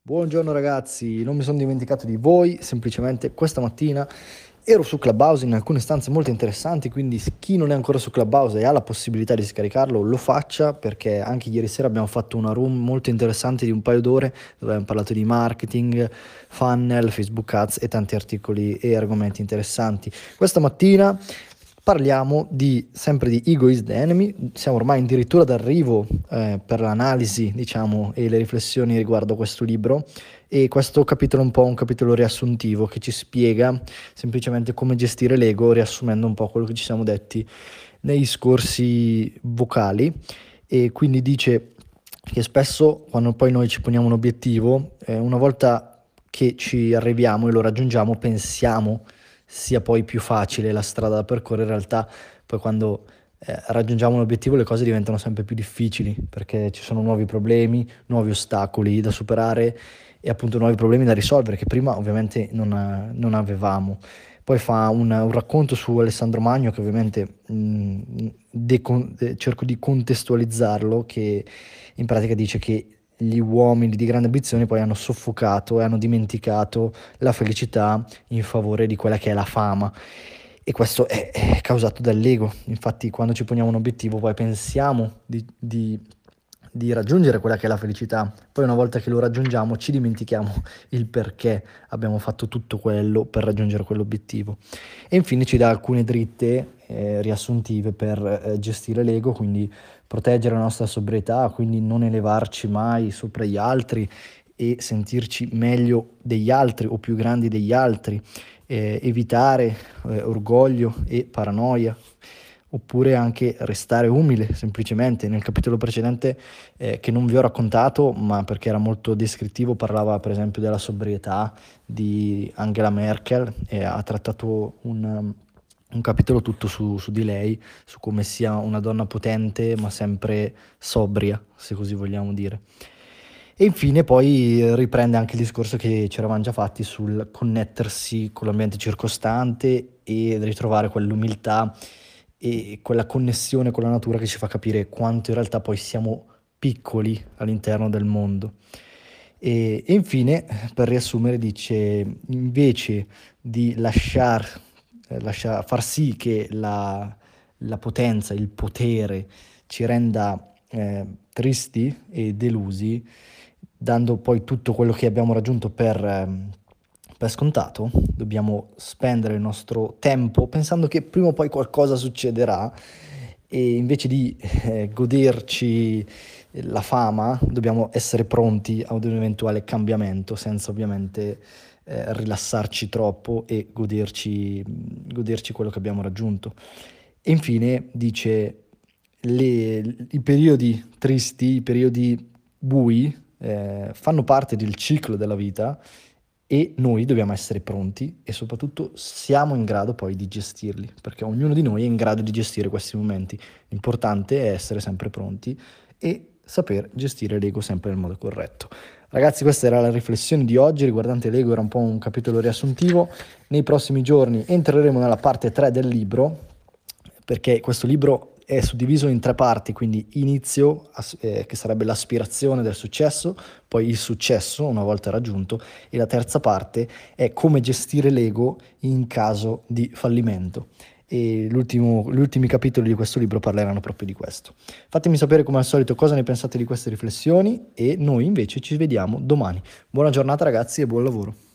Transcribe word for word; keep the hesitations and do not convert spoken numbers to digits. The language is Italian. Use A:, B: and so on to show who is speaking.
A: Buongiorno ragazzi, non mi sono dimenticato di voi, semplicemente questa mattina ero su Clubhouse in alcune stanze molto interessanti, quindi chi non è ancora su Clubhouse e ha la possibilità di scaricarlo lo faccia, perché anche ieri sera abbiamo fatto una room molto interessante di un paio d'ore dove abbiamo parlato di marketing, funnel, Facebook Ads e tanti articoli e argomenti interessanti. Questa mattina parliamo di, sempre di Ego is the Enemy, siamo ormai addirittura d'arrivo eh, per l'analisi, diciamo, e le riflessioni riguardo questo libro, e questo capitolo è un po' un capitolo riassuntivo che ci spiega semplicemente come gestire l'ego, riassumendo un po' quello che ci siamo detti nei scorsi vocali, e quindi dice che spesso quando poi noi ci poniamo un obiettivo, eh, una volta che ci arriviamo e lo raggiungiamo, pensiamo sia poi più facile la strada da percorrere. In realtà poi quando eh, raggiungiamo un obiettivo le cose diventano sempre più difficili perché ci sono nuovi problemi, nuovi ostacoli da superare e appunto nuovi problemi da risolvere che prima ovviamente non, eh, non avevamo. Poi fa un, un racconto su Alessandro Magno che ovviamente mh, decon- eh, cerco di contestualizzarlo, che in pratica dice che gli uomini di grande ambizione poi hanno soffocato e hanno dimenticato la felicità in favore di quella che è la fama. E questo è, è causato dall'ego. Infatti, quando ci poniamo un obiettivo, poi pensiamo di, di- di raggiungere quella che è la felicità. Poi, una volta che lo raggiungiamo, ci dimentichiamo il perché abbiamo fatto tutto quello per raggiungere quell'obiettivo. E infine ci dà alcune dritte eh, riassuntive per eh, gestire l'ego, quindi proteggere la nostra sobrietà, quindi non elevarci mai sopra gli altri e sentirci meglio degli altri o più grandi degli altri, eh, evitare eh, orgoglio e paranoia, oppure anche restare umile, semplicemente. Nel capitolo precedente, eh, che non vi ho raccontato, ma perché era molto descrittivo, parlava per esempio della sobrietà di Angela Merkel e ha trattato un, um, un capitolo tutto su, su di lei, su come sia una donna potente ma sempre sobria, se così vogliamo dire. E infine poi riprende anche il discorso che ci eravamo già fatti sul connettersi con l'ambiente circostante e ritrovare quell'umiltà e quella connessione con la natura che ci fa capire quanto in realtà poi siamo piccoli all'interno del mondo. E, e infine, per riassumere, dice invece di lasciar, eh, lasciar- far sì che la, la potenza, il potere ci renda eh, tristi e delusi, dando poi tutto quello che abbiamo raggiunto per, ehm, per scontato, dobbiamo spendere il nostro tempo pensando che prima o poi qualcosa succederà e invece di eh, goderci la fama, dobbiamo essere pronti ad un eventuale cambiamento senza ovviamente eh, rilassarci troppo e goderci, goderci quello che abbiamo raggiunto. E infine dice le- i periodi tristi, i periodi bui eh, fanno parte del ciclo della vita e noi dobbiamo essere pronti e soprattutto siamo in grado poi di gestirli, perché ognuno di noi è in grado di gestire questi momenti. L'importante è essere sempre pronti e saper gestire l'ego sempre nel modo corretto. Ragazzi, questa era la riflessione di oggi riguardante l'ego, era un po' un capitolo riassuntivo. Nei prossimi giorni entreremo nella parte tre del libro, perché questo libro è suddiviso in tre parti, quindi inizio, as- eh, che sarebbe l'aspirazione del successo, poi il successo una volta raggiunto, e la terza parte è come gestire l'ego in caso di fallimento. E l'ultimo- gli ultimi capitoli di questo libro parleranno proprio di questo. Fatemi sapere come al solito cosa ne pensate di queste riflessioni e noi invece ci vediamo domani. Buona giornata ragazzi e buon lavoro.